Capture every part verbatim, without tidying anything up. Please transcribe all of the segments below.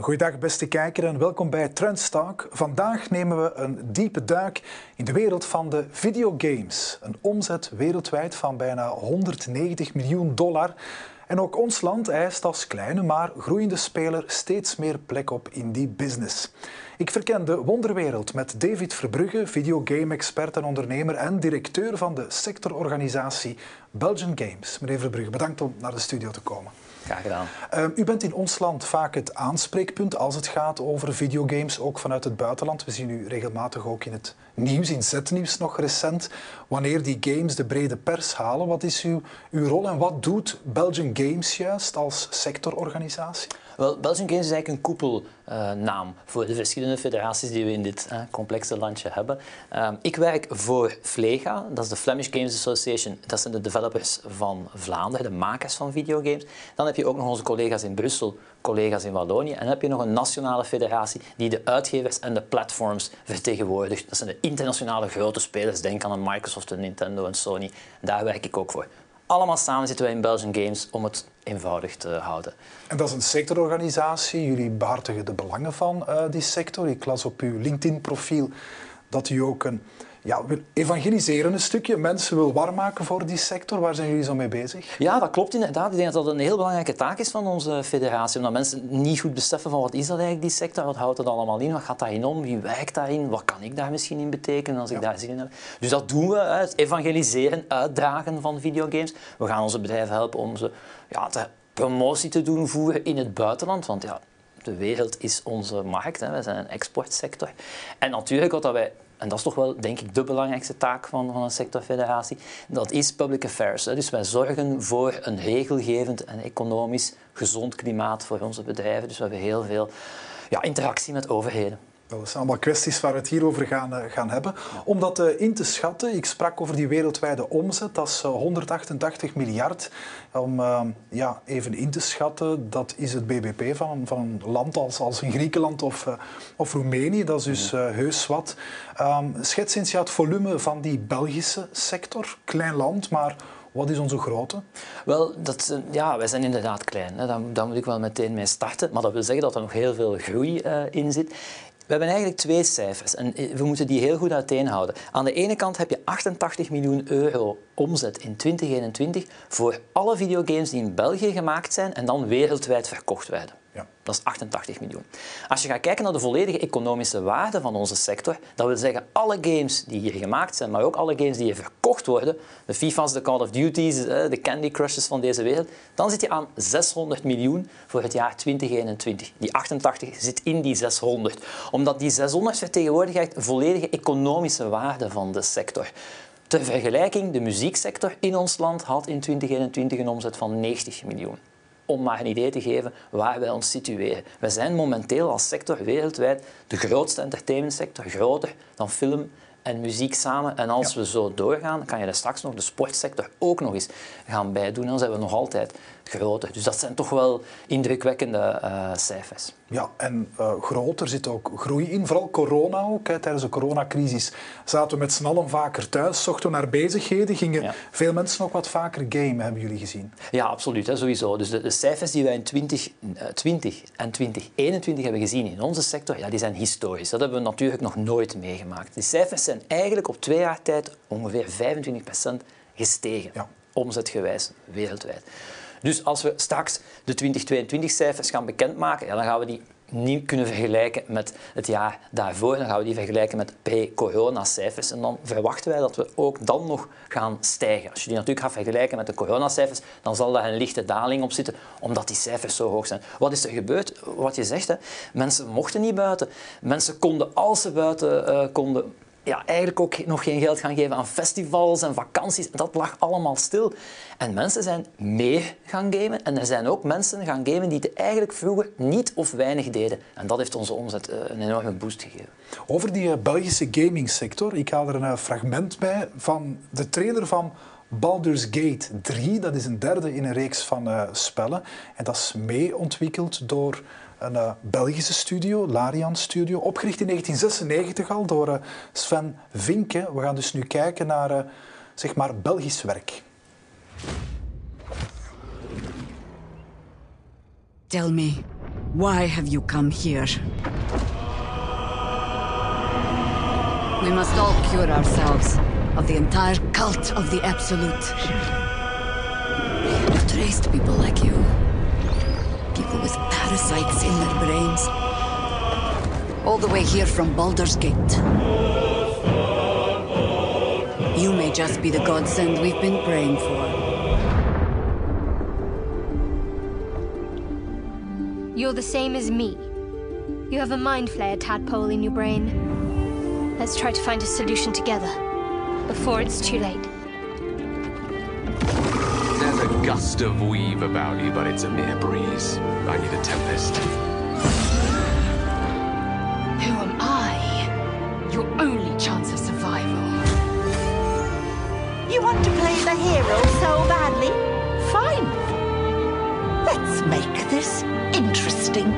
Goeiedag beste kijker en welkom bij Trends Talk. Vandaag nemen we een diepe duik in de wereld van de videogames. Een omzet wereldwijd van bijna honderdnegentig miljoen dollar. En ook ons land eist als kleine maar groeiende speler steeds meer plek op in die business. Ik verken de wonderwereld met David Verbrugge, videogame-expert en ondernemer en directeur van de sectororganisatie Belgian Games. Meneer Verbrugge, bedankt om naar de studio te komen. Graag gedaan. Uh, u bent in ons land vaak het aanspreekpunt als het gaat over videogames, ook vanuit het buitenland. We zien u regelmatig ook in het nieuws, in Z-nieuws nog recent, wanneer die games de brede pers halen. Wat is uw, uw rol en wat doet Belgian Games juist als sectororganisatie? Wel, Belgian Games is eigenlijk een koepelnaam uh, voor de verschillende federaties die we in dit uh, complexe landje hebben. Uh, ik werk voor FLEGA, dat is de Flemish Games Association. Dat zijn de developers van Vlaanderen, de makers van videogames. Dan heb je ook nog onze collega's in Brussel, collega's in Wallonië. En dan heb je nog een nationale federatie die de uitgevers en de platforms vertegenwoordigt. Dat zijn de internationale grote spelers. Denk aan een Microsoft, een Nintendo en Sony. Daar werk ik ook voor. Allemaal samen zitten wij in Belgian Games om het eenvoudig te houden. En dat is een sectororganisatie. Jullie behartigen de belangen van uh, die sector. Ik las op uw LinkedIn-profiel dat u ook een, ja, wil evangeliseren een stukje. Mensen wil warm maken voor die sector. Waar zijn jullie zo mee bezig? Ja, dat klopt inderdaad. Ik denk dat dat een heel belangrijke taak is van onze federatie. Omdat mensen niet goed beseffen van wat is dat eigenlijk, die sector? Wat houdt het allemaal in? Wat gaat daarin om? Wie werkt daarin? Wat kan ik daar misschien in betekenen als ik ja. daar zin in heb? Dus dat doen we. Het evangeliseren, uitdragen van videogames. We gaan onze bedrijven helpen om ze ja, te promotie te doen voeren in het buitenland. Want ja, de wereld is onze markt. Hè. Wij zijn een exportsector. En natuurlijk wat dat wij... En dat is toch wel, denk ik, de belangrijkste taak van, van een sectorfederatie. Dat is public affairs. Hè. Dus wij zorgen voor een regelgevend en economisch gezond klimaat voor onze bedrijven. Dus we hebben heel veel ja, interactie met overheden. Dat zijn allemaal kwesties waar we het hier over gaan, uh, gaan hebben. Om dat uh, in te schatten, ik sprak over die wereldwijde omzet, dat is uh, honderdachtentachtig miljard. Om uh, ja, even in te schatten, dat is het B B P van, van een land als, als een Griekenland of, uh, of Roemenië. Dat is dus uh, heus wat. Um, schets eens ja, het volume van die Belgische sector. Klein land, maar... Wat is onze grootte? Wel, dat, ja, wij zijn inderdaad klein. Hè. Daar, daar moet ik wel meteen mee starten. Maar dat wil zeggen dat er nog heel veel groei uh, in zit. We hebben eigenlijk twee cijfers en we moeten die heel goed uiteenhouden. Aan de ene kant heb je achtentachtig miljoen euro omzet in twintig eenentwintig voor alle videogames die in België gemaakt zijn en dan wereldwijd verkocht werden. Ja. Dat is achtentachtig miljoen. Als je gaat kijken naar de volledige economische waarde van onze sector, dat wil zeggen alle games die hier gemaakt zijn, maar ook alle games die hier verkocht worden, de FIFA's, de Call of Duty's, de Candy Crushes van deze wereld, dan zit je aan zeshonderd miljoen voor het jaar twintig eenentwintig. Die achtentachtig zit in die zeshonderd. Omdat die zeshonderd vertegenwoordigt de volledige economische waarde van de sector. Ter vergelijking, de muzieksector in ons land had in twintig eenentwintig een omzet van negentig miljoen. Om maar een idee te geven waar wij ons situeren. We zijn momenteel als sector wereldwijd de grootste entertainmentsector, groter dan film en muziek samen. En als ja. we zo doorgaan, kan je er straks nog de sportsector ook nog eens gaan bijdoen. Dan zijn we nog altijd groter. Dus dat zijn toch wel indrukwekkende uh, cijfers. Ja, en uh, groter zit ook groei in. Vooral corona ook. Hè. Tijdens de coronacrisis zaten we met z'n allen vaker thuis, zochten we naar bezigheden, gingen ja. veel mensen ook wat vaker gamen, hebben jullie gezien? Ja, absoluut. Hè, sowieso. Dus de, de cijfers die wij in twintig twintig en twintig eenentwintig hebben gezien in onze sector, ja, die zijn historisch. Dat hebben we natuurlijk nog nooit meegemaakt. Die cijfers zijn eigenlijk op twee jaar tijd ongeveer vijfentwintig procent gestegen, ja. omzetgewijs, wereldwijd. Dus als we straks de twintig tweeëntwintig cijfers gaan bekendmaken, ja, dan gaan we die niet kunnen vergelijken met het jaar daarvoor. Dan gaan we die vergelijken met pre-corona cijfers. En dan verwachten wij dat we ook dan nog gaan stijgen. Als je die natuurlijk gaat vergelijken met de coronacijfers, dan zal daar een lichte daling op zitten, omdat die cijfers zo hoog zijn. Wat is er gebeurd? Wat je zegt, hè? Mensen mochten niet buiten. Mensen konden, als ze buiten uh, konden... Ja, eigenlijk ook nog geen geld gaan geven aan festivals en vakanties. Dat lag allemaal stil. En mensen zijn meer gaan gamen. En er zijn ook mensen gaan gamen die het eigenlijk vroeger niet of weinig deden. En dat heeft onze omzet een enorme boost gegeven. Over die Belgische gamingsector. Ik haal er een fragment bij van de trailer van Baldur's Gate drie. Dat is een derde in een reeks van uh, spellen. En dat is mee ontwikkeld door... een uh, Belgische studio, Larian Studio, opgericht in negentien zesennegentig al door uh, Sven Vinke. We gaan dus nu kijken naar uh, zeg maar Belgisch werk. Tell me, Why have you come here? We must all cure ourselves of the entire cult of the Absolute. They have traced people like you. People with parasites in their brains. All the way here from Baldur's Gate. You may just be the godsend we've been praying for. You're the same as me. You have a mind flayer tadpole in your brain. Let's try to find a solution together, before it's too late. There's a gust of weave about you, but it's a mere breeze. I need a tempest. Who am I? Your only chance of survival. You want to play the hero so badly? Fine. Let's make this interesting.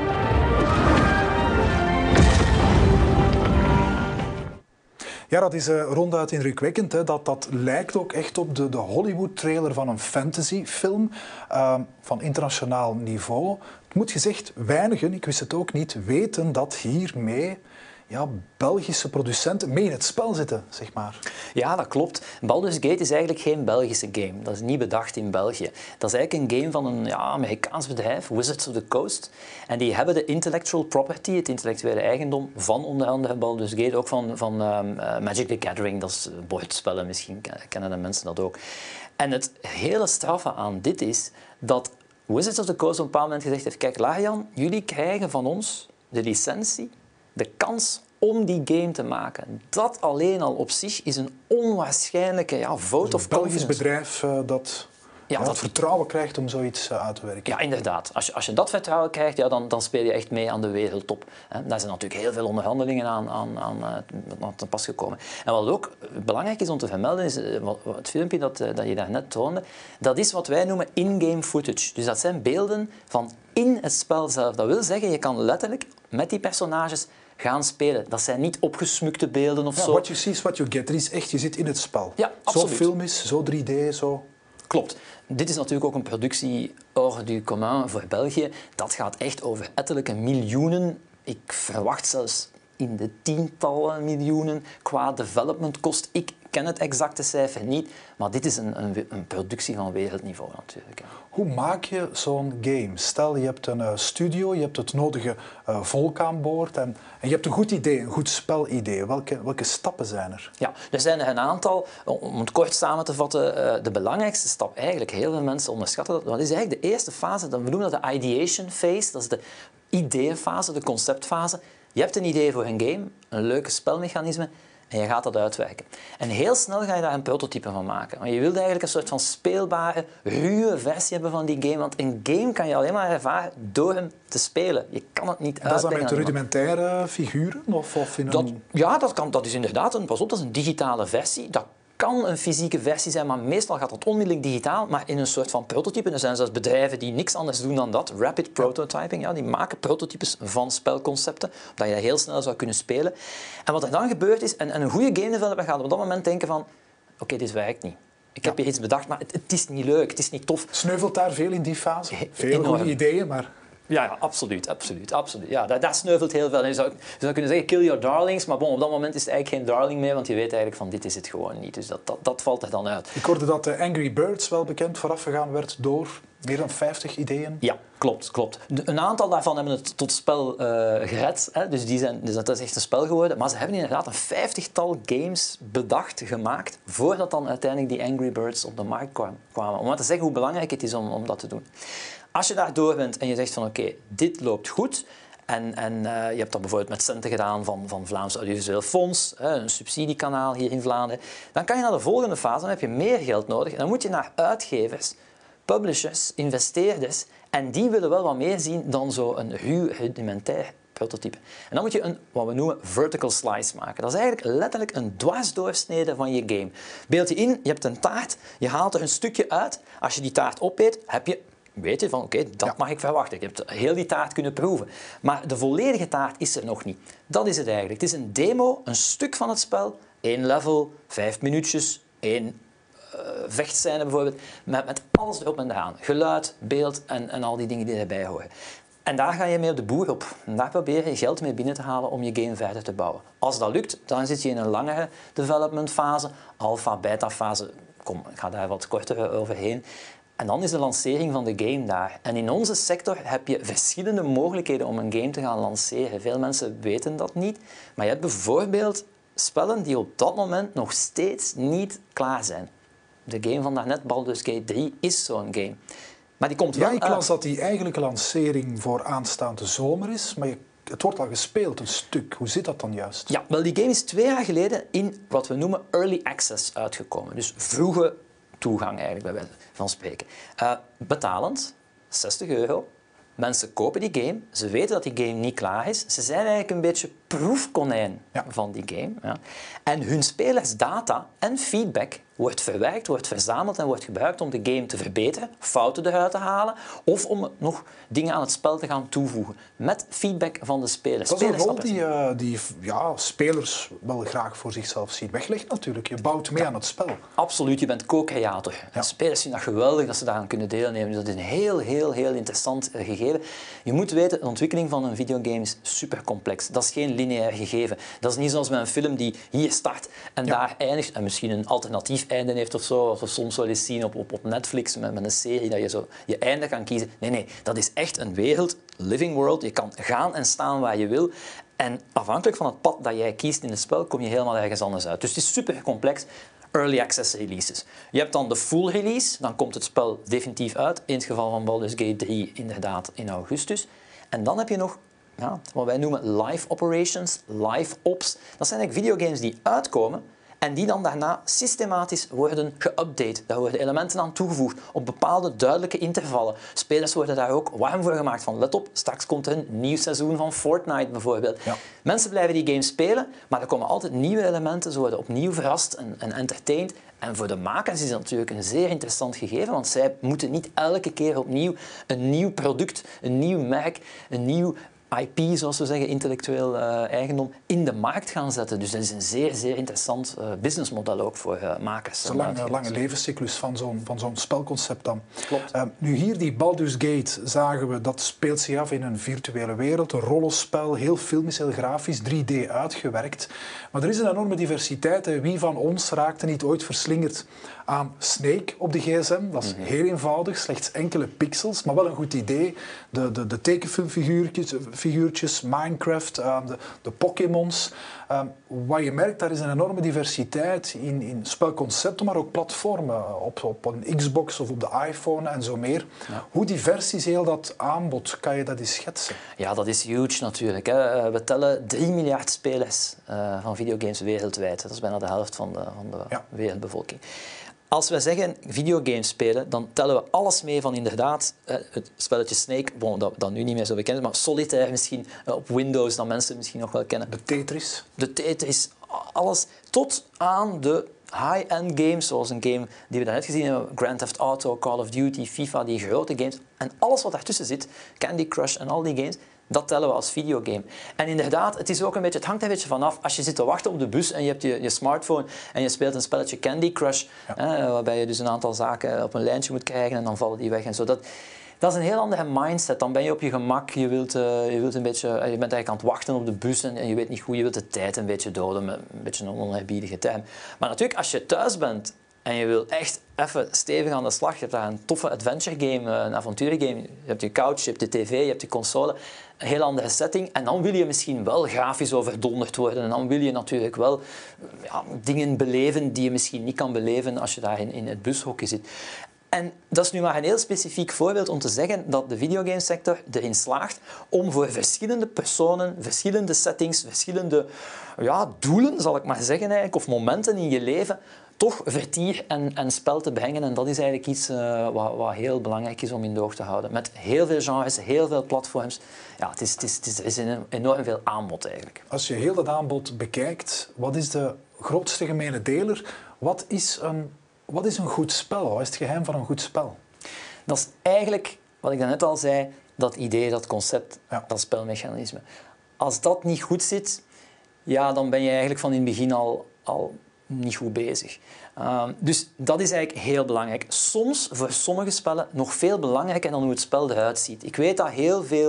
Ja, dat is uh, ronduit indrukwekkend. Hè. Dat, dat lijkt ook echt op de, de Hollywood-trailer van een fantasyfilm uh, van internationaal niveau. Het moet gezegd, weinigen, ik wist het ook niet, weten dat hiermee ja, Belgische producenten mee in het spel zitten, zeg maar. Ja, dat klopt. Baldur's Gate is eigenlijk geen Belgische game. Dat is niet bedacht in België. Dat is eigenlijk een game van een ja, Amerikaans bedrijf, Wizards of the Coast. En die hebben de intellectual property, het intellectuele eigendom van onder andere Baldur's Gate, ook van, van um, uh, Magic the Gathering, dat is bordspellen, misschien kennen de mensen dat ook. En het hele straffe aan dit is dat Wizards of the Coast op een bepaald moment gezegd heeft, kijk Larian, jullie krijgen van ons de licentie, de kans om die game te maken. Dat alleen al op zich is een onwaarschijnlijke ja, vote of confidence. Een Belgisch bedrijf uh, dat, ja, dat vertrouwen krijgt om zoiets uh, uit te werken. Ja, inderdaad. Als je, als je dat vertrouwen krijgt, ja, dan, dan speel je echt mee aan de wereldtop. Hè. Daar zijn natuurlijk heel veel onderhandelingen aan, aan, aan, aan te pas gekomen. En wat ook belangrijk is om te vermelden, is wat, het filmpje dat, dat je daarnet toonde, dat is wat wij noemen in-game footage. Dus dat zijn beelden van in het spel zelf. Dat wil zeggen, je kan letterlijk met die personages gaan spelen. Dat zijn niet opgesmukte beelden of ja, zo. What you see is what you get. Er is echt, je zit in het spel. Ja, zo filmisch, zo drie D, zo... Klopt. Dit is natuurlijk ook een productie hors du commun voor België. Dat gaat echt over ettelijke miljoenen. Ik verwacht zelfs in de tientallen miljoenen qua development kost. Ik ken het exacte cijfer niet, maar dit is een, een, een productie van wereldniveau natuurlijk. Hoe maak je zo'n game? Stel, je hebt een uh, studio, je hebt het nodige uh, volk aan boord en, en je hebt een goed idee, een goed spelidee. Welke, welke stappen zijn er? Ja, er zijn er een aantal. Om het kort samen te vatten, uh, de belangrijkste stap eigenlijk, heel veel mensen onderschatten dat, dat is eigenlijk de eerste fase, we noemen dat de ideation phase, dat is de ideeënfase, de conceptfase. Je hebt een idee voor een game, een leuke spelmechanisme, en je gaat dat uitwerken. En heel snel ga je daar een prototype van maken. Want je wilt eigenlijk een soort van speelbare, ruwe versie hebben van die game. Want een game kan je alleen maar ervaren door hem te spelen. Je kan het niet uitleggen. Dat is dan met rudimentaire figuren? Of, of in dat, een... Ja, dat, kan, dat is inderdaad een, pas op, dat is een digitale versie. Dat kan een fysieke versie zijn, maar meestal gaat dat onmiddellijk digitaal, maar in een soort van prototype. Er zijn zelfs bedrijven die niks anders doen dan dat. Rapid prototyping, ja, die maken prototypes van spelconcepten, dat je dat heel snel zou kunnen spelen. En wat er dan gebeurt is, en, en een goede game developer gaat op dat moment denken van, oké, okay, dit werkt niet. Ik heb ja. hier iets bedacht, maar het, het is niet leuk, het is niet tof. Sneuvelt daar veel in die fase? Veel Enorm. goede ideeën, maar... Ja, ja, absoluut, absoluut, absoluut. Ja, daar, daar sneuvelt heel veel. Je zou, je zou kunnen zeggen, kill your darlings, maar bon, op dat moment is het eigenlijk geen darling meer, want je weet eigenlijk van, dit is het gewoon niet. Dus dat, dat, dat valt er dan uit. Ik hoorde dat de Angry Birds wel bekend voorafgegaan werd door meer dan vijftig ideeën. Ja, klopt, klopt. Een aantal daarvan hebben het tot spel uh, gered, hè. Dus, die zijn, dus dat is echt een spel geworden. Maar ze hebben inderdaad een vijftigtal games bedacht, gemaakt, voordat dan uiteindelijk die Angry Birds op de markt kwamen. Om maar te zeggen hoe belangrijk het is om, om dat te doen. Als je daar door bent en je zegt van oké, okay, dit loopt goed en, en uh, je hebt dat bijvoorbeeld met centen gedaan van, van Vlaams Audiovisueel Fonds, hè, een subsidiekanaal hier in Vlaanderen, dan kan je naar de volgende fase, dan heb je meer geld nodig en dan moet je naar uitgevers, publishers, investeerders en die willen wel wat meer zien dan zo'n ruw, rudimentair prototype. En dan moet je een, wat we noemen, vertical slice maken. Dat is eigenlijk letterlijk een dwarsdoorsnede van je game. Beeld je in, je hebt een taart, je haalt er een stukje uit. Als je die taart opeet, heb je... weet je van oké, okay, dat ja. mag ik verwachten. Je hebt heel die taart kunnen proeven. Maar de volledige taart is er nog niet. Dat is het eigenlijk. Het is een demo, een stuk van het spel. Eén level, vijf minuutjes, één uh, vechtscène bijvoorbeeld. Met, met alles erop en eraan. Geluid, beeld en, en al die dingen die erbij horen. En daar ga je mee op de boer op. En daar probeer je geld mee binnen te halen om je game verder te bouwen. Als dat lukt, dan zit je in een langere development fase, alpha, beta fase. Kom, ik ga daar wat korter overheen. En dan is de lancering van de game daar. En in onze sector heb je verschillende mogelijkheden om een game te gaan lanceren. Veel mensen weten dat niet. Maar je hebt bijvoorbeeld spellen die op dat moment nog steeds niet klaar zijn. De game van daarnet, Baldur's Gate drie, is zo'n game. Maar die komt wel Ja, ik las uit. dat die eigenlijke lancering voor aanstaande zomer is, maar je, het wordt al gespeeld, een stuk. Hoe zit dat dan juist? Ja, wel, die game is twee jaar geleden in wat we noemen early access uitgekomen. Dus vroege toegang eigenlijk, bij wijze van spreken. Uh, betalend, zestig euro. Mensen kopen die game, ze weten dat die game niet klaar is. Ze zijn eigenlijk een beetje proefkonijn ja. van die game. Ja. En hun spelersdata en feedback wordt verwerkt, wordt verzameld en wordt gebruikt om de game te verbeteren, fouten eruit te halen of om nog dingen aan het spel te gaan toevoegen. Met feedback van de spelers. Dat is een rol die, uh, die ja, spelers wel graag voor zichzelf zien wegleggen natuurlijk. Je bouwt mee ja. aan het spel. Absoluut, je bent co-creator. Ja. Spelers vinden dat geweldig dat ze daaraan kunnen deelnemen. Dus dat is een heel, heel, heel interessant uh, gegeven. Je moet weten, de ontwikkeling van een videogame is super complex. Dat is geen lineair gegeven. Dat is niet zoals bij een film die hier start en ja. daar eindigt en misschien een alternatief einde heeft of zo, of we soms wel eens zien op, op, op Netflix met, met een serie dat je zo je einde kan kiezen. Nee, nee, dat is echt een wereld, living world. Je kan gaan en staan waar je wil. En afhankelijk van het pad dat jij kiest in het spel, kom je helemaal ergens anders uit. Dus het is super complex. Early access releases. Je hebt dan de full release, dan komt het spel definitief uit. In het geval van Baldur's Gate drie inderdaad in augustus. En dan heb je nog ja, wat wij noemen live operations, live ops. Dat zijn eigenlijk videogames die uitkomen en die dan daarna systematisch worden geüpdate. Daar worden elementen aan toegevoegd op bepaalde duidelijke intervallen. Spelers worden daar ook warm voor gemaakt. Van let op, straks komt er een nieuw seizoen van Fortnite bijvoorbeeld. Ja. Mensen blijven die game spelen, maar er komen altijd nieuwe elementen. Ze worden opnieuw verrast en, en entertained. En voor de makers is dat natuurlijk een zeer interessant gegeven, want zij moeten niet elke keer opnieuw een nieuw product, een nieuw merk, een nieuw I P, zoals we zeggen, intellectueel uh, eigendom, in de markt gaan zetten. Dus dat is een zeer, zeer interessant uh, businessmodel ook voor uh, makers. Een lange, lange levenscyclus van zo'n, van zo'n spelconcept dan. Klopt. Uh, nu hier, die Baldur's Gate, zagen we, dat speelt zich af in een virtuele wereld, een rollenspel, heel filmisch, heel grafisch, drie D uitgewerkt. Maar er is een enorme diversiteit. En wie van ons raakte niet ooit verslingerd aan Snake op de gsm? Dat is mm-hmm. heel eenvoudig, slechts enkele pixels, maar wel een goed idee. De, de, de tekenfilmfiguurtjes, figuurtjes, Minecraft, uh, de, de Pokémons. Uh, wat je merkt, daar is een enorme diversiteit in, in spelconcepten, maar ook platformen. Op, op een Xbox of op de iPhone en zo meer. Ja. Hoe divers is heel dat aanbod? Kan je dat eens schetsen? Ja, dat is huge natuurlijk. Hè. We tellen drie miljard spelers uh, van videogames wereldwijd. Dat is bijna de helft van de, van de ja. wereldbevolking. Als wij zeggen videogames spelen, dan tellen we alles mee van inderdaad het spelletje Snake, bon, dat, dat nu niet meer zo bekend is, maar Solitaire misschien op Windows, dat mensen misschien nog wel kennen. De Tetris. De Tetris, alles tot aan de high-end games, zoals een game die we daarnet gezien hebben, Grand Theft Auto, Call of Duty, FIFA, die grote games. En alles wat daartussen zit, Candy Crush en al die games, dat tellen we als videogame. En inderdaad, het, is ook een beetje, het hangt een beetje vanaf. Als je zit te wachten op de bus en je hebt je, je smartphone en je speelt een spelletje Candy Crush, ja. hè, waarbij je dus een aantal zaken op een lijntje moet krijgen en dan vallen die weg en zo. Dat, dat is een heel andere mindset. Dan ben je op je gemak, je, wilt, uh, je, wilt een beetje, uh, je bent eigenlijk aan het wachten op de bus en, en je weet niet hoe, je wilt de tijd een beetje doden met een beetje een oneerbiedige term. Maar natuurlijk, als je thuis bent en je wil echt even stevig aan de slag, je hebt daar een toffe adventure game, een avonturengame, je hebt je couch, je hebt de tv, je hebt je console, een heel andere setting. En dan wil je misschien wel grafisch overdonderd worden en dan wil je natuurlijk wel ja, dingen beleven die je misschien niet kan beleven als je daar in, in het bushokje zit. En dat is nu maar een heel specifiek voorbeeld om te zeggen dat de videogamesector erin slaagt om voor verschillende personen, verschillende settings, verschillende ja, doelen, zal ik maar zeggen eigenlijk, of momenten in je leven, toch vertier en, en spel te brengen. En dat is eigenlijk iets uh, wat, wat heel belangrijk is om in de oog te houden. Met heel veel genres, heel veel platforms. Ja, het is, het is, het is, er is een enorm veel aanbod eigenlijk. Als je heel dat aanbod bekijkt, wat is de grootste gemene deler? Wat is een, wat is een goed spel? Wat is het geheim van een goed spel? Dat is eigenlijk, wat ik daarnet al zei, dat idee, dat concept, ja. dat spelmechanisme. Als dat niet goed zit, ja, dan ben je eigenlijk van in het begin al... al niet goed bezig. Uh, dus dat is eigenlijk heel belangrijk. Soms, voor sommige spellen, nog veel belangrijker dan hoe het spel eruit ziet. Ik weet dat heel veel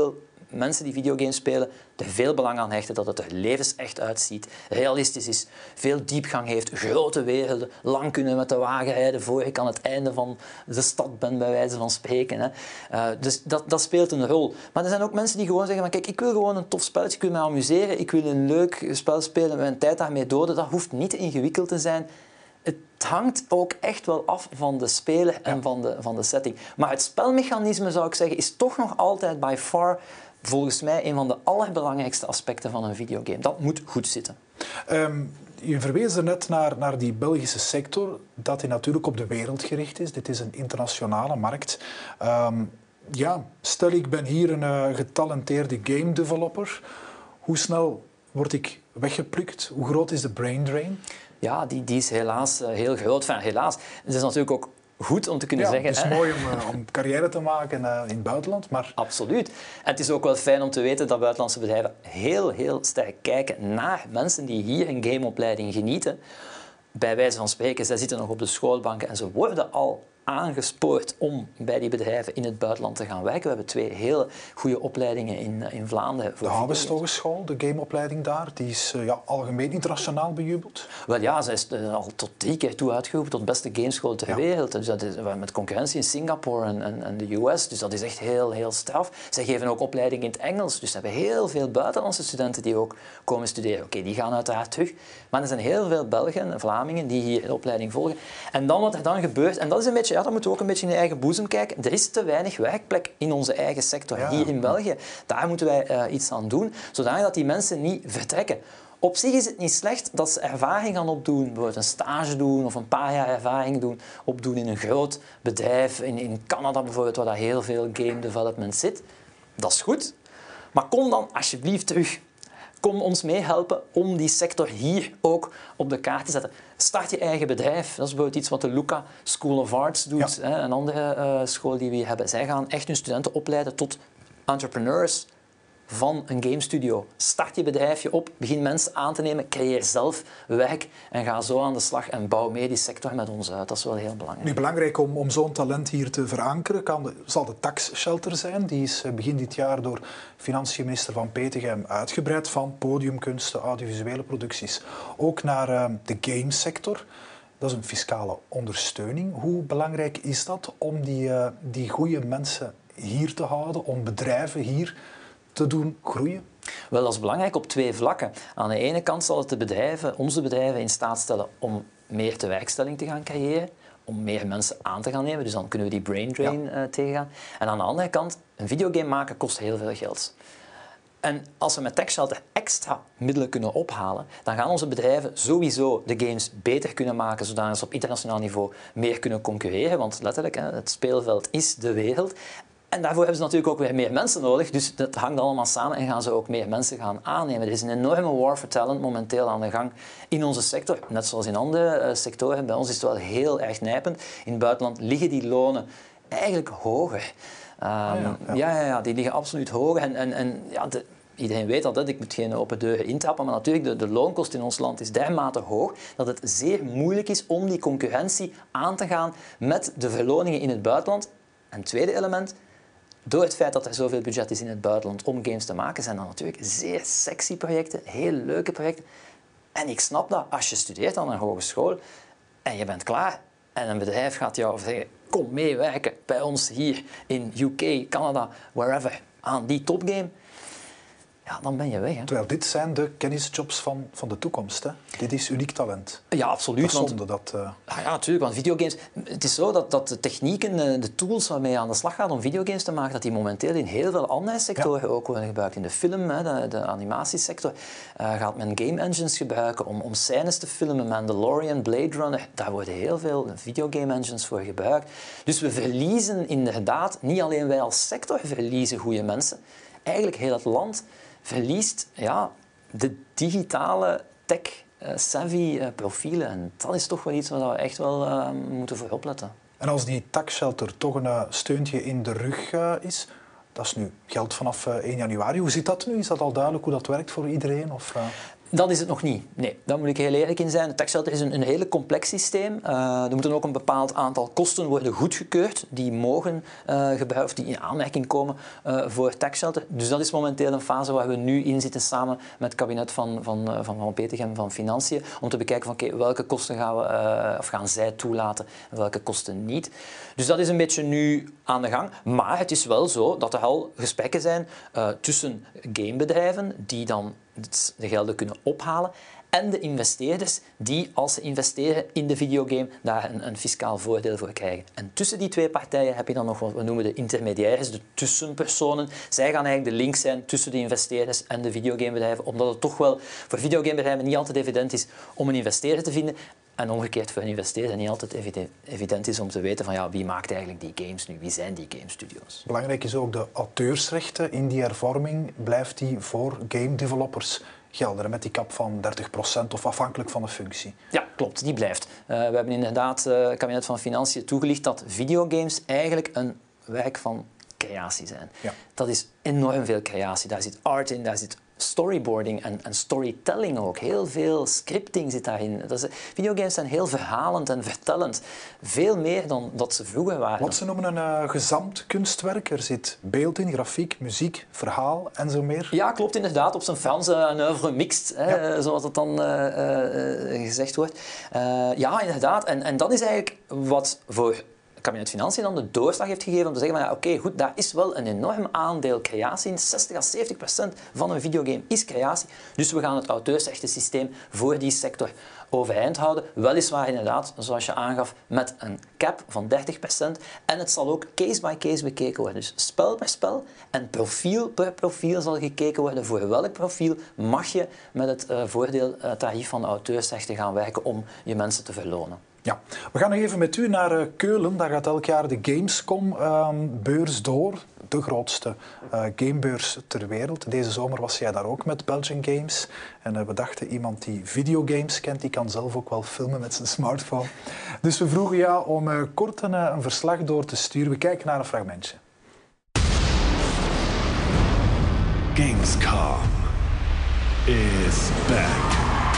mensen die videogames spelen er veel belang aan hechten dat het er levensecht uitziet, realistisch is, veel diepgang heeft, grote werelden, lang kunnen met de wagen rijden voor ik aan het einde van de stad ben, bij wijze van spreken. Hè. Uh, dus dat, dat speelt een rol. Maar er zijn ook mensen die gewoon zeggen van kijk, ik wil gewoon een tof spelletje, ik wil me amuseren, ik wil een leuk spel spelen en mijn tijd daarmee doden. Dat hoeft niet ingewikkeld te zijn. Het hangt ook echt wel af van de speler en ja. van, de, van de setting. Maar het spelmechanisme, zou ik zeggen, is toch nog altijd by far, volgens mij, een van de allerbelangrijkste aspecten van een videogame. Dat moet goed zitten. Um, je verwees er net naar, naar die Belgische sector, dat die natuurlijk op de wereld gericht is. Dit is een internationale markt. Um, ja, stel ik ben hier een uh, getalenteerde game developer. Hoe snel word ik weggeplukt? Hoe groot is de brain drain? Ja, die, die is helaas uh, heel groot. Enfin, helaas. Het is natuurlijk ook goed om te kunnen ja, zeggen... Het is hè? mooi om, uh, om carrière te maken uh, in het buitenland, maar... Absoluut. En het is ook wel fijn om te weten dat buitenlandse bedrijven heel, heel sterk kijken naar mensen die hier een gameopleiding genieten. Bij wijze van spreken, zij zitten nog op de schoolbanken en ze worden al aangespoord om bij die bedrijven in het buitenland te gaan werken. We hebben twee hele goede opleidingen in, in Vlaanderen. De Havens Hogeschool, de gameopleiding daar, die is uh, ja, algemeen internationaal bejubeld. Wel ja, zij is uh, al tot drie keer toe uitgeroepen tot beste gameschool ter ja. wereld. Dus dat is, met concurrentie in Singapore en, en, en de U S. Dus dat is echt heel, heel straf. Zij geven ook opleiding in het Engels. Dus ze hebben heel veel buitenlandse studenten die ook komen studeren. Oké, okay, die gaan uiteraard terug. Maar er zijn heel veel Belgen en Vlamingen die hier de opleiding volgen. En dan wat er dan gebeurt, en dat is een beetje... Ja, dan moeten we ook een beetje in de eigen boezem kijken. Er is te weinig werkplek in onze eigen sector, ja. hier in België. Daar moeten wij uh, iets aan doen, zodat die mensen niet vertrekken. Op zich is het niet slecht dat ze ervaring gaan opdoen, bijvoorbeeld een stage doen of een paar jaar ervaring doen, opdoen in een groot bedrijf, in, in Canada bijvoorbeeld, waar daar heel veel game development zit. Dat is goed. Maar kom dan alsjeblieft terug. Kom ons meehelpen om die sector hier ook op de kaart te zetten. Start je eigen bedrijf. Dat is bijvoorbeeld iets wat de Luca School of Arts doet. Ja. Hè, een andere uh, school die we hebben. Zij gaan echt hun studenten opleiden tot entrepreneurs van een gamestudio. Start je bedrijfje op, begin mensen aan te nemen, creëer zelf werk en ga zo aan de slag en bouw mee die sector met ons uit. Dat is wel heel belangrijk. Nu, belangrijk om, om zo'n talent hier te verankeren kan de, zal de taxshelter zijn. Die is begin dit jaar door financiën minister Van Petegem uitgebreid van podiumkunsten, audiovisuele producties. Ook naar uh, de gamesector. Dat is een fiscale ondersteuning. Hoe belangrijk is dat om die, uh, die goede mensen hier te houden, om bedrijven hier te doen groeien? Wel, dat is belangrijk op twee vlakken. Aan de ene kant zal het de bedrijven, onze bedrijven in staat stellen om meer tewerkstelling te gaan creëren, om meer mensen aan te gaan nemen. Dus dan kunnen we die brain drain ja. uh, tegengaan. En aan de andere kant, een videogame maken kost heel veel geld. En als we met taxshelter extra middelen kunnen ophalen, dan gaan onze bedrijven sowieso de games beter kunnen maken, zodat ze op internationaal niveau meer kunnen concurreren. Want letterlijk, het speelveld is de wereld. En daarvoor hebben ze natuurlijk ook weer meer mensen nodig. Dus dat hangt allemaal samen en gaan ze ook meer mensen gaan aannemen. Er is een enorme war for talent momenteel aan de gang in onze sector. Net zoals in andere uh, sectoren. Bij ons is het wel heel erg nijpend. In het buitenland liggen die lonen eigenlijk hoger. Um, ah, ja, ja. Ja, ja, ja, die liggen absoluut hoger. En, en, en ja, de, iedereen weet dat, hè. Ik moet geen open deuren intrappen, maar natuurlijk, de, de loonkost in ons land is dermate hoog dat het zeer moeilijk is om die concurrentie aan te gaan met de verloningen in het buitenland. En het tweede element, door het feit dat er zoveel budget is in het buitenland om games te maken, zijn dat natuurlijk zeer sexy projecten, heel leuke projecten. En ik snap dat als je studeert aan een hogeschool en je bent klaar en een bedrijf gaat jou zeggen, kom meewerken bij ons hier in U K, Canada, wherever, aan die topgame. Ja, dan ben je weg. Hè. Terwijl dit zijn de kennisjobs van, van de toekomst. Hè? Dit is uniek talent. Ja, absoluut. Dat is zonde dat... Uh... Ah, ja, natuurlijk. Want videogames... Het is zo dat, dat de technieken, de tools waarmee je aan de slag gaat om videogames te maken, dat die momenteel in heel veel andere sectoren ja. ook worden gebruikt. In de film, hè, de, de animatiesector, uh, gaat men game engines gebruiken om, om scènes te filmen. Mandalorian, Blade Runner, daar worden heel veel videogame engines voor gebruikt. Dus we verliezen inderdaad, niet alleen wij als sector verliezen goede mensen, eigenlijk heel het land verliest ja, de digitale tech-savvy profielen. En dat is toch wel iets waar we echt wel uh, moeten voor opletten. En als die taxshelter toch een uh, steuntje in de rug uh, is, dat is nu geld vanaf uh, één januari. Hoe zit dat nu? Is dat al duidelijk hoe dat werkt voor iedereen? Of, uh... Dat is het nog niet. Nee, daar moet ik heel eerlijk in zijn. De tax shelter is een, een hele complex systeem. Uh, er moeten ook een bepaald aantal kosten worden goedgekeurd die mogen uh, gebruiken of die in aanmerking komen uh, voor tax shelter. Dus dat is momenteel een fase waar we nu in zitten samen met het kabinet van Van, uh, van, van Petegem van Financiën om te bekijken van okay, welke kosten gaan we uh, of gaan zij toelaten en welke kosten niet. Dus dat is een beetje nu aan de gang. Maar het is wel zo dat er al gesprekken zijn uh, tussen gamebedrijven die dan de gelden kunnen ophalen en de investeerders die, als ze investeren in de videogame, daar een, een fiscaal voordeel voor krijgen. En tussen die twee partijen heb je dan nog wat we noemen de intermediaires, de tussenpersonen. Zij gaan eigenlijk de link zijn tussen de investeerders en de videogamebedrijven, omdat het toch wel voor videogamebedrijven niet altijd evident is om een investeerder te vinden. En omgekeerd voor een investeerder niet altijd evident is om te weten van ja, wie maakt eigenlijk die games nu, wie zijn die game studios. Belangrijk is ook de auteursrechten in die hervorming. Blijft die voor game developers gelden met die cap van dertig procent of afhankelijk van de functie? Ja, klopt, die blijft. Uh, we hebben inderdaad uh, het kabinet van Financiën toegelicht dat videogames eigenlijk een werk van creatie zijn. Ja. Dat is enorm veel creatie. Daar zit art in, daar zit storyboarding en, en storytelling ook. Heel veel scripting zit daarin. Dat is, videogames zijn heel verhalend en vertellend. Veel meer dan dat ze vroeger waren. Wat ze noemen een uh, gezamtkunstwerk. Er zit beeld in, grafiek, muziek, verhaal en zo meer. Ja, klopt inderdaad. Op zijn Frans uh, een oeuvre mixed, hè, ja. zoals het dan uh, uh, gezegd wordt. Uh, ja, inderdaad. En, en dat is eigenlijk wat voor het kabinet Financiën dan de doorslag heeft gegeven om te zeggen van ja, oké, okay, goed, daar is wel een enorm aandeel creatie in. zestig à zeventig procent van een videogame is creatie. Dus we gaan het auteursrechtensysteem voor die sector overeind houden. Weliswaar inderdaad, zoals je aangaf, met een cap van dertig procent. En het zal ook case by case bekeken worden. Dus spel per spel en profiel per profiel zal gekeken worden voor welk profiel mag je met het uh, voordeeltarief van de auteursrechten gaan werken om je mensen te verlonen. Ja, we gaan nog even met u naar uh, Keulen. Daar gaat elk jaar de Gamescom-beurs uh, door. De grootste uh, gamebeurs ter wereld. Deze zomer was jij daar ook met Belgian Games. En uh, we dachten, iemand die videogames kent, die kan zelf ook wel filmen met zijn smartphone. Dus we vroegen jou om uh, kort een, uh, een verslag door te sturen. We kijken naar een fragmentje. Gamescom is back.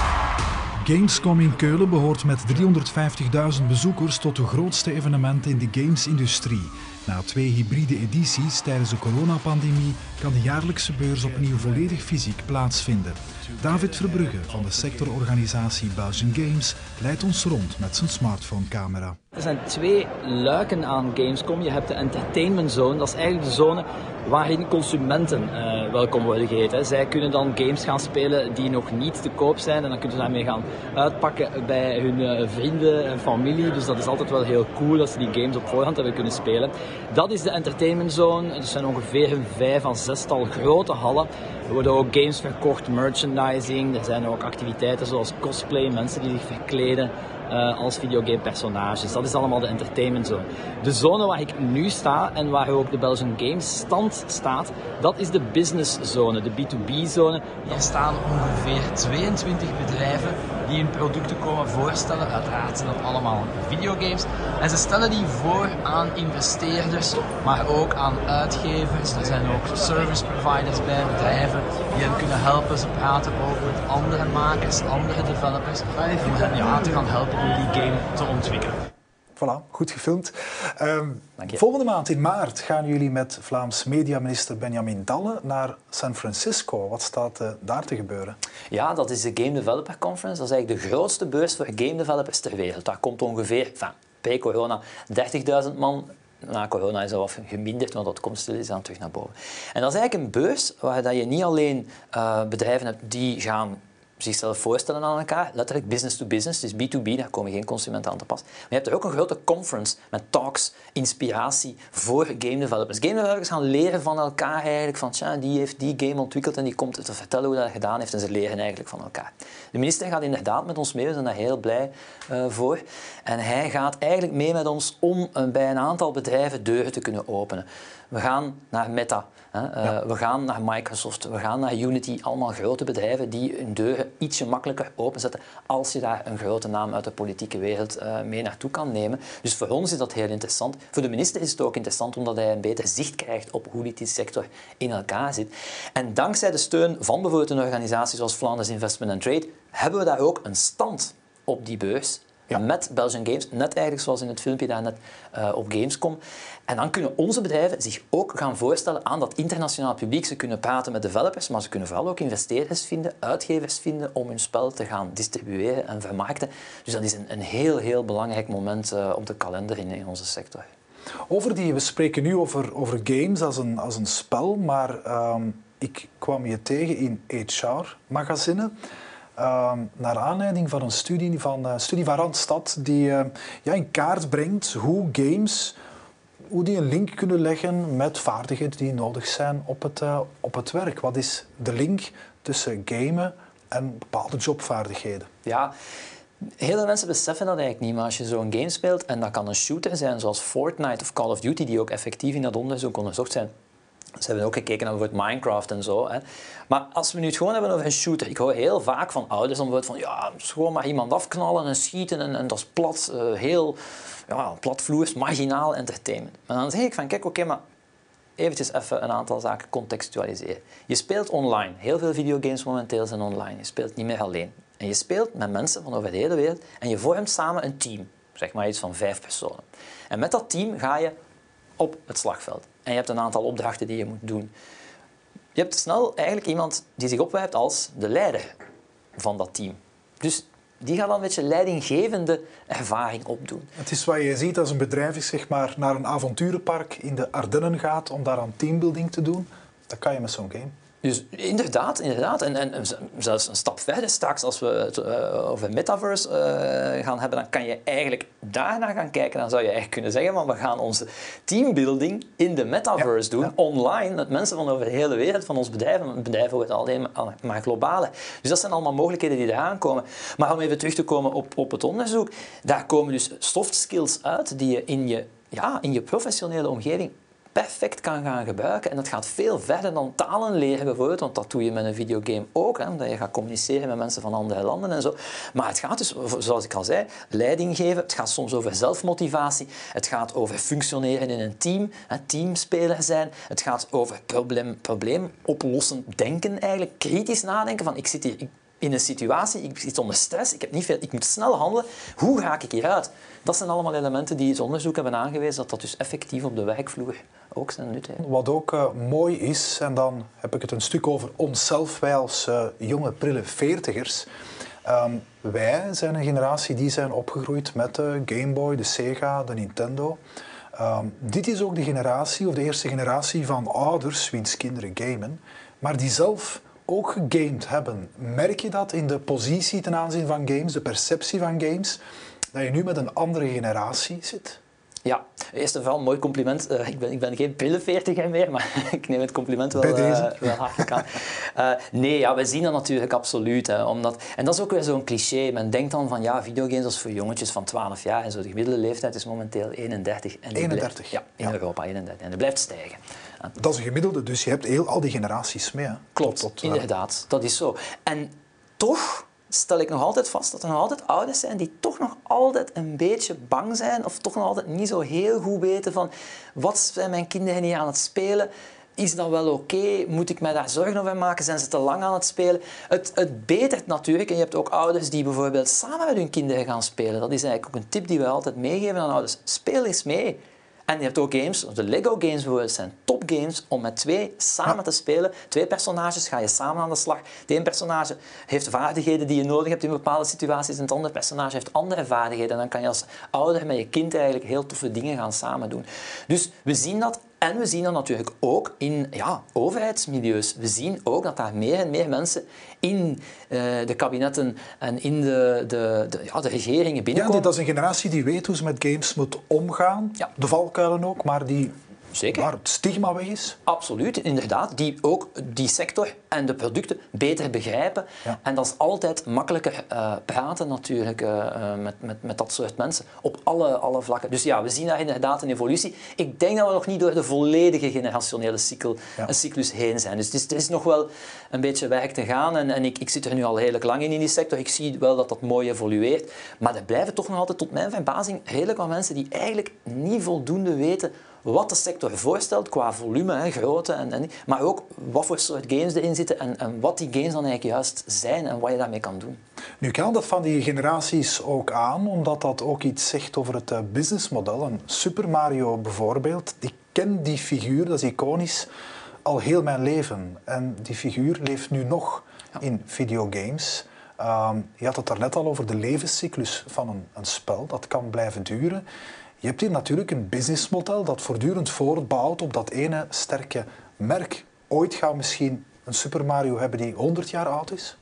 Gamescom in Keulen behoort met driehonderdvijftigduizend bezoekers tot de grootste evenementen in de gamesindustrie. Na twee hybride edities tijdens de coronapandemie kan de jaarlijkse beurs opnieuw volledig fysiek plaatsvinden. David Verbrugge van de sectororganisatie Belgian Games leidt ons rond met zijn smartphonecamera. Er zijn twee luiken aan Gamescom. Je hebt de entertainment zone, dat is eigenlijk de zone waarin consumenten uh, welkom worden geheten. Zij kunnen dan games gaan spelen die nog niet te koop zijn en dan kunnen ze daarmee gaan uitpakken bij hun uh, vrienden en familie. Dus dat is altijd wel heel cool dat ze die games op voorhand hebben kunnen spelen. Dat is de entertainment zone. Er zijn ongeveer een vijf à zestal grote hallen. Er worden ook games verkocht, merchandising. Er zijn ook activiteiten zoals cosplay, mensen die zich verkleden Uh, als videogame-personages. Dat is allemaal de entertainment zone. De zone waar ik nu sta en waar ook de Belgian Games stand staat, dat is de business zone, de B twee B zone. Hier staan ongeveer tweeëntwintig bedrijven die hun producten komen voorstellen. Uiteraard zijn dat allemaal videogames. En ze stellen die voor aan investeerders, maar ook aan uitgevers. Er zijn ook service providers bij, bedrijven die hen kunnen helpen. Ze praten ook met andere makers, andere developers, om hen ja, te gaan helpen om die game te ontwikkelen. Voilà, goed gefilmd. Um, volgende maand in maart gaan jullie met Vlaams mediaminister Benjamin Dalle naar San Francisco. Wat staat uh, daar te gebeuren? Ja, dat is de Game Developer Conference. Dat is eigenlijk de grootste beurs voor game developers ter wereld. Daar komt ongeveer, enfin, pre-corona, dertigduizend man. Na corona is dat wat geminderd, want dat komt stilletjes terug naar boven. En dat is eigenlijk een beurs waar je niet alleen uh, bedrijven hebt die gaan zichzelf voorstellen aan elkaar, letterlijk business to business, dus B twee B, daar komen geen consumenten aan te pas. Maar je hebt er ook een grote conference met talks, inspiratie voor game developers. Game developers gaan leren van elkaar eigenlijk, van tja, die heeft die game ontwikkeld en die komt te vertellen hoe dat gedaan heeft en ze leren eigenlijk van elkaar. De minister gaat inderdaad met ons mee, we zijn daar heel blij uh, voor. En hij gaat eigenlijk mee met ons om uh, bij een aantal bedrijven deuren te kunnen openen. We gaan naar Meta, hè. Uh, ja. we gaan naar Microsoft, we gaan naar Unity, allemaal grote bedrijven die hun deuren ietsje makkelijker openzetten als je daar een grote naam uit de politieke wereld uh, mee naartoe kan nemen. Dus voor ons is dat heel interessant. Voor de minister is het ook interessant omdat hij een beter zicht krijgt op hoe die sector in elkaar zit. En dankzij de steun van bijvoorbeeld een organisatie zoals Flanders Investment and Trade hebben we daar ook een stand op die beurs. Ja. Met Belgian Games, net eigenlijk zoals in het filmpje daar net uh, op Gamescom. En dan kunnen onze bedrijven zich ook gaan voorstellen aan dat internationaal publiek. Ze kunnen praten met developers, maar ze kunnen vooral ook investeerders vinden, uitgevers vinden om hun spel te gaan distribueren en vermarkten. Dus dat is een, een heel, heel belangrijk moment uh, op de kalender in, in onze sector. Over die, we spreken nu over, over games als een, als een spel, maar um, ik kwam je tegen in H R-magazine. Uh, naar aanleiding van een studie van, uh, studie van Randstad die uh, ja, in kaart brengt hoe games hoe die een link kunnen leggen met vaardigheden die nodig zijn op het, uh, op het werk. Wat is de link tussen gamen en bepaalde jobvaardigheden? Ja, heel veel mensen beseffen dat eigenlijk niet, maar als je zo'n game speelt, en dat kan een shooter zijn zoals Fortnite of Call of Duty, die ook effectief in dat onderzoek onderzocht zijn. Ze hebben ook gekeken naar bijvoorbeeld Minecraft en zo. Hè. Maar als we nu het gewoon hebben over een shooter, ik hoor heel vaak van ouders dan bijvoorbeeld van ja, het is gewoon maar iemand afknallen en schieten en, en dat is plat, uh, heel ja, platvloers, marginaal entertainment. Maar dan zeg ik van kijk, oké, okay, maar eventjes even een aantal zaken contextualiseren. Je speelt online. Heel veel videogames momenteel zijn online. Je speelt niet meer alleen. En je speelt met mensen van over de hele wereld en je vormt samen een team. Zeg maar iets van vijf personen. En met dat team ga je op het slagveld. En je hebt een aantal opdrachten die je moet doen. Je hebt snel eigenlijk iemand die zich opwerpt als de leider van dat team. Dus die gaat dan een beetje leidinggevende ervaring opdoen. Het is wat je ziet als een bedrijf zeg maar, naar een avonturenpark in de Ardennen gaat om daar aan teambuilding te doen. Dat kan je met zo'n game. Dus inderdaad, inderdaad. En, en zelfs een stap verder straks, als we het uh, over metaverse uh, gaan hebben, dan kan je eigenlijk daarnaar gaan kijken. Dan zou je eigenlijk kunnen zeggen, van we gaan onze teambuilding in de metaverse ja, doen, ja. online, met mensen van over de hele wereld, van ons bedrijf. En het bedrijf wordt alleen maar, maar globaler. Dus dat zijn allemaal mogelijkheden die eraan komen. Maar om even terug te komen op, op het onderzoek, daar komen dus soft skills uit die je in je, ja, in je professionele omgeving perfect kan gaan gebruiken. En dat gaat veel verder dan talen leren bijvoorbeeld, want dat doe je met een videogame ook, hè, omdat je gaat communiceren met mensen van andere landen en zo. Maar het gaat dus, zoals ik al zei, leiding geven. Het gaat soms over zelfmotivatie. Het gaat over functioneren in een team, hè, teamspeler zijn. Het gaat over probleem, probleemoplossend denken eigenlijk, kritisch nadenken van ik zit hier... Ik, in een situatie, ik zit onder stress, ik, heb niet veel, ik moet snel handelen. Hoe ga ik hieruit? Dat zijn allemaal elementen die het onderzoek hebben aangewezen dat dat dus effectief op de werkvloer ook zijn nut heeft. Wat ook uh, mooi is, en dan heb ik het een stuk over onszelf, wij als uh, jonge, prille veertigers. Um, wij zijn een generatie die zijn opgegroeid met de Game Boy, de Sega, de Nintendo. Um, dit is ook de generatie, of de eerste generatie van ouders wiens kinderen gamen, maar die zelf ook gegamed hebben. Merk je dat in de positie ten aanzien van games, de perceptie van games, dat je nu met een andere generatie zit? Ja, eerst en vooral een mooi compliment. Uh, ik, ben, ik ben geen prillenveertiger meer, maar ik neem het compliment wel, uh, wel hartelijk aan. Uh, nee, ja, we zien dat natuurlijk absoluut. Hè, omdat, en dat is ook weer zo'n cliché. Men denkt dan van, ja, videogames als voor jongetjes van twaalf jaar. En zo, de gemiddelde leeftijd is momenteel eenendertig. En eenendertig? Blijft, ja, in ja. Europa eenendertig. En dat blijft stijgen. Dat is een gemiddelde, dus je hebt heel, al die generaties mee. Hè? Klopt, tot, tot, inderdaad. Dat is zo. En toch stel ik nog altijd vast dat er nog altijd ouders zijn die toch nog altijd een beetje bang zijn of toch nog altijd niet zo heel goed weten van wat zijn mijn kinderen hier aan het spelen? Is dat wel oké? Okay? Moet ik mij daar zorgen over maken? Zijn ze te lang aan het spelen? Het, het betert natuurlijk. En je hebt ook ouders die bijvoorbeeld samen met hun kinderen gaan spelen. Dat is eigenlijk ook een tip die we altijd meegeven aan ouders. Speel eens mee. En je hebt ook games, de Lego games bijvoorbeeld, zijn topgames om met twee samen ja. te spelen. Twee personages ga je samen aan de slag. Het ene personage heeft vaardigheden die je nodig hebt in bepaalde situaties en het andere personage heeft andere vaardigheden. En dan kan je als ouder met je kind eigenlijk heel toffe dingen gaan samen doen. Dus we zien dat. En we zien dat natuurlijk ook in ja, overheidsmilieus. We zien ook dat daar meer en meer mensen in uh, de kabinetten en in de, de, de, ja, de regeringen binnenkomen. Ja, dat is een generatie die weet hoe ze met games moet omgaan. Ja. De valkuilen ook, maar die Zeker. Waar het stigma weg is. Absoluut, inderdaad. Die ook die sector en de producten beter begrijpen. Ja. En dat is altijd makkelijker uh, praten natuurlijk uh, met, met, met dat soort mensen. Op alle, alle vlakken. Dus ja, we zien daar inderdaad een evolutie. Ik denk dat we nog niet door de volledige generationele cyclus, ja. een cyclus heen zijn. Dus het is, er is nog wel een beetje werk te gaan. En, en ik, ik zit er nu al heel lang in in die sector. Ik zie wel dat dat mooi evolueert. Maar er blijven toch nog altijd, tot mijn verbazing, redelijk wat mensen die eigenlijk niet voldoende weten wat de sector voorstelt qua volume, hè, grootte, en, en, maar ook wat voor soort games erin zitten en, en wat die games dan eigenlijk juist zijn en wat je daarmee kan doen. Nu kan dat van die generaties ook aan, omdat dat ook iets zegt over het uh, businessmodel. Een Super Mario bijvoorbeeld, ik ken die figuur, dat is iconisch, al heel mijn leven. En die figuur leeft nu nog ja. in videogames. Um, je had het daarnet al over de levenscyclus van een, een spel, dat kan blijven duren. Je hebt hier natuurlijk een businessmodel dat voortdurend voortbouwt op dat ene sterke merk. Ooit gaan we misschien een Super Mario hebben die honderd jaar oud is?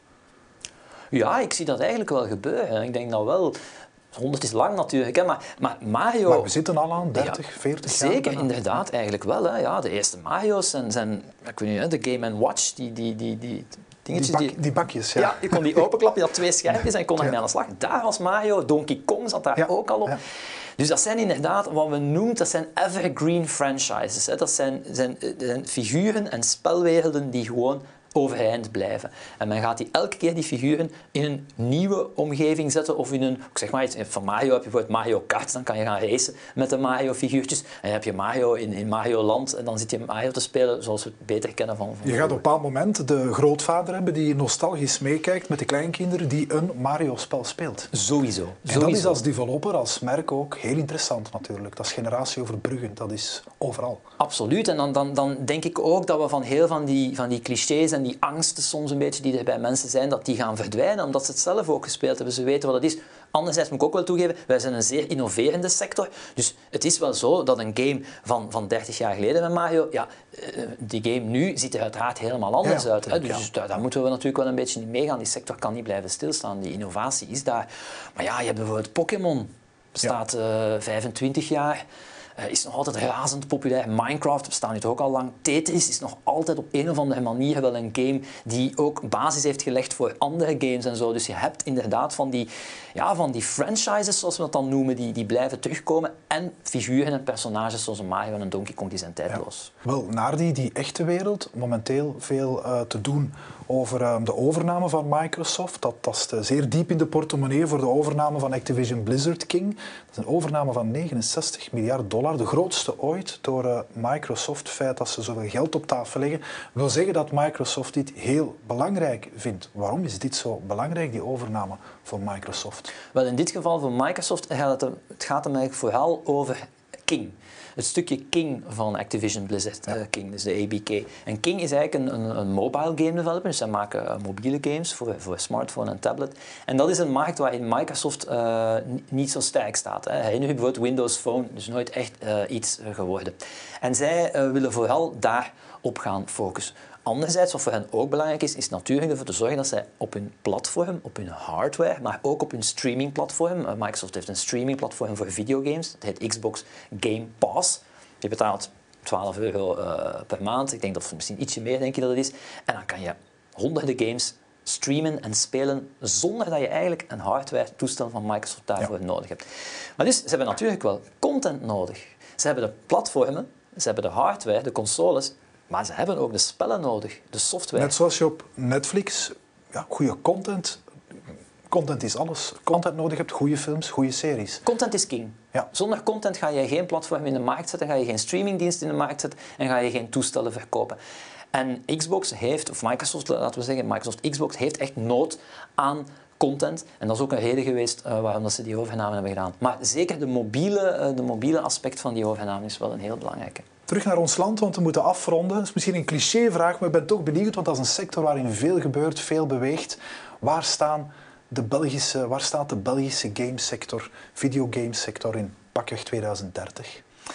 Ja, ik zie dat eigenlijk wel gebeuren. Ik denk dat wel. honderd is lang natuurlijk, hè, maar, maar Mario... Maar we zitten al aan dertig, ja, veertig jaar. Zeker, inderdaad, eigenlijk wel. Hè. Ja, de eerste Mario's zijn, zijn ik weet niet, de Game en Watch, die... die, die, die Die, bak, die bakjes, ja. Ja, je kon die openklappen, je had twee schermpjes en je kon daarmee aan de slag. Daar was Mario, Donkey Kong zat daar ja. ook al op. Ja. Dus dat zijn inderdaad, wat we noemen, dat zijn evergreen franchises. Hè. Dat zijn, zijn, zijn figuren en spelwerelden die gewoon overeind blijven. En men gaat die elke keer die figuren in een nieuwe omgeving zetten of in een, ik zeg maar iets, van Mario heb je bijvoorbeeld Mario Kart, dan kan je gaan racen met de Mario figuurtjes. En dan heb je Mario in, in Mario Land en dan zit je Mario te spelen zoals we het beter kennen van... van je gaat op een bepaald moment de grootvader hebben die nostalgisch meekijkt met de kleinkinderen die een Mario-spel speelt. Sowieso. En Sowieso. dat is als developer, als merk ook heel interessant natuurlijk. Dat is generatieoverbruggend, dat is overal. Absoluut. En dan, dan, dan denk ik ook dat we van heel van die, van die clichés en die angsten soms een beetje die er bij mensen zijn, dat die gaan verdwijnen, omdat ze het zelf ook gespeeld hebben. Ze weten wat het is. Anderzijds moet ik ook wel toegeven, wij zijn een zeer innoverende sector. Dus het is wel zo dat een game van, van dertig jaar geleden met Mario, ja, die game nu ziet er uiteraard helemaal anders ja, uit. Hè? Dus ja. daar, daar moeten we natuurlijk wel een beetje in meegaan. Die sector kan niet blijven stilstaan. Die innovatie is daar. Maar ja, je hebt bijvoorbeeld Pokémon. Bestaat ja. uh, vijfentwintig jaar. Uh, is nog altijd razend populair. Minecraft bestaat nu toch ook al lang. Tetris is nog altijd op een of andere manier wel een game die ook basis heeft gelegd voor andere games en zo. Dus je hebt inderdaad van die, ja, van die franchises, zoals we dat dan noemen, die, die blijven terugkomen. En figuren en personages zoals een Mario en een Donkey Kong, die zijn tijdloos. Ja. Wel, naar die, die echte wereld, momenteel veel uh, te doen over uh, de overname van Microsoft. Dat tast uh, zeer diep in de portemonnee voor de overname van Activision Blizzard King. Dat is een overname van negenenzestig miljard dollar. De grootste ooit door uh, Microsoft. Het feit dat ze zoveel geld op tafel leggen wil zeggen dat Microsoft dit heel belangrijk vindt. Waarom is dit zo belangrijk, die overname voor Microsoft? Wel, in dit geval voor Microsoft gaat het, het gaat hem eigenlijk vooral over King. Het stukje King van Activision Blizzard, ja. uh, King, dus de A B K. En King is eigenlijk een, een, een mobile game developer, dus zij maken uh, mobiele games voor, voor smartphone en tablet. En dat is een markt waarin Microsoft uh, niet zo sterk staat. Hè. Herinner je bijvoorbeeld Windows Phone, dus nooit echt uh, iets geworden. En zij uh, willen vooral daarop gaan focussen. Anderzijds, wat voor hen ook belangrijk is, is natuurlijk ervoor te zorgen dat zij op hun platform, op hun hardware, maar ook op hun streamingplatform. Uh, Microsoft heeft een streamingplatform voor videogames. Dat heet Xbox Game Pass. Je betaalt twaalf euro uh, per maand. Ik denk dat het misschien ietsje meer, denk je dat het is. En dan kan je honderden games streamen en spelen zonder dat je eigenlijk een hardware-toestel van Microsoft daarvoor ja. nodig hebt. Maar dus, ze hebben natuurlijk wel content nodig. Ze hebben de platformen, ze hebben de hardware, de consoles, maar ze hebben ook de spellen nodig, de software. Net zoals je op Netflix ja, goede content... Content is alles. Content nodig hebt, goede films, goede series. Content is king. Ja. Zonder content ga je geen platform in de markt zetten, ga je geen streamingdienst in de markt zetten en ga je geen toestellen verkopen. En Xbox heeft, of Microsoft, laten we zeggen, Microsoft Xbox heeft echt nood aan content. En dat is ook een reden geweest uh, waarom dat ze die overname hebben gedaan. Maar zeker de mobiele, uh, de mobiele aspect van die overname is wel een heel belangrijke. Terug naar ons land, want we moeten afronden. Dat is misschien een clichévraag, maar ik ben toch benieuwd, want dat is een sector waarin veel gebeurt, veel beweegt. Waar, staan de Belgische, waar staat de Belgische gamesector, videogamesector in pakweg tweeduizend dertig?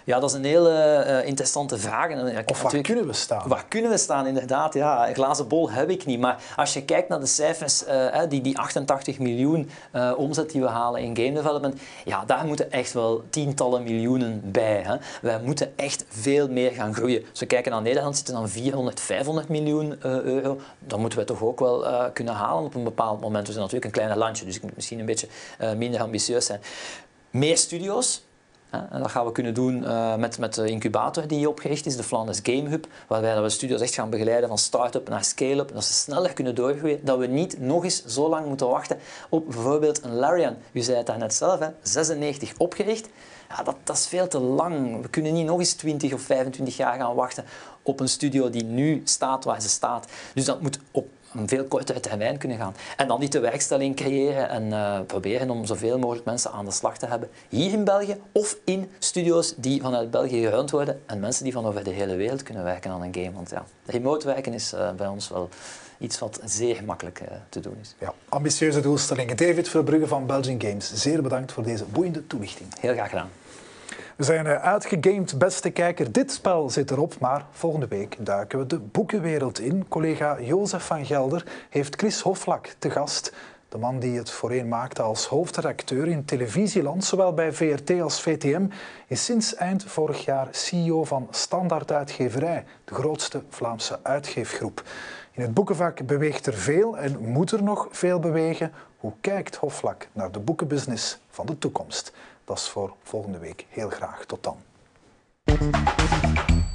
Ja, dat is een hele uh, interessante vraag. En, ja, of waar kunnen we staan? Waar kunnen we staan, inderdaad. Ja, een glazen bol heb ik niet. Maar als je kijkt naar de cijfers, uh, die, die achtentachtig miljoen uh, omzet die we halen in game development, ja, daar moeten echt wel tientallen miljoenen bij. Hè. Wij moeten echt veel meer gaan groeien. Als we kijken naar Nederland, zitten dan vierhonderd, vijfhonderd miljoen uh, euro. Dan moeten we toch ook wel uh, kunnen halen op een bepaald moment. We zijn natuurlijk een kleiner landje, dus ik moet misschien een beetje uh, minder ambitieus zijn. Meer studio's. En dat gaan we kunnen doen uh, met, met de incubator die opgericht is, de Flanders Game Hub, waarbij we studio's echt gaan begeleiden van start-up naar scale-up, dat ze sneller kunnen doorgroeien, dat we niet nog eens zo lang moeten wachten op bijvoorbeeld een Larian. U zei het daarnet zelf, hè, zesennegentig opgericht. Ja, dat, dat is veel te lang. We kunnen niet nog eens twintig of vijfentwintig jaar gaan wachten op een studio die nu staat waar ze staat. Dus dat moet op een veel kortere termijn kunnen gaan. En dan die tewerkstelling creëren en uh, proberen om zoveel mogelijk mensen aan de slag te hebben. Hier in België of in studio's die vanuit België gerund worden en mensen die van over de hele wereld kunnen werken aan een game. Want ja, remote werken is uh, bij ons wel iets wat zeer gemakkelijk uh, te doen is. Ja, ambitieuze doelstellingen. David Verbrugge van Belgian Games, zeer bedankt voor deze boeiende toelichting. Heel graag gedaan. We zijn uitgegamed, beste kijker. Dit spel zit erop, maar volgende week duiken we de boekenwereld in. Collega Jozef van Gelder heeft Chris Hoflak te gast. De man die het voorheen maakte als hoofdredacteur in televisieland, zowel bij V R T als V T M, is sinds eind vorig jaar C E O van Standaard Uitgeverij, de grootste Vlaamse uitgeefgroep. In het boekenvak beweegt er veel en moet er nog veel bewegen. Hoe kijkt Hoflak naar de boekenbusiness van de toekomst? Dat is voor volgende week. Heel graag. Tot dan.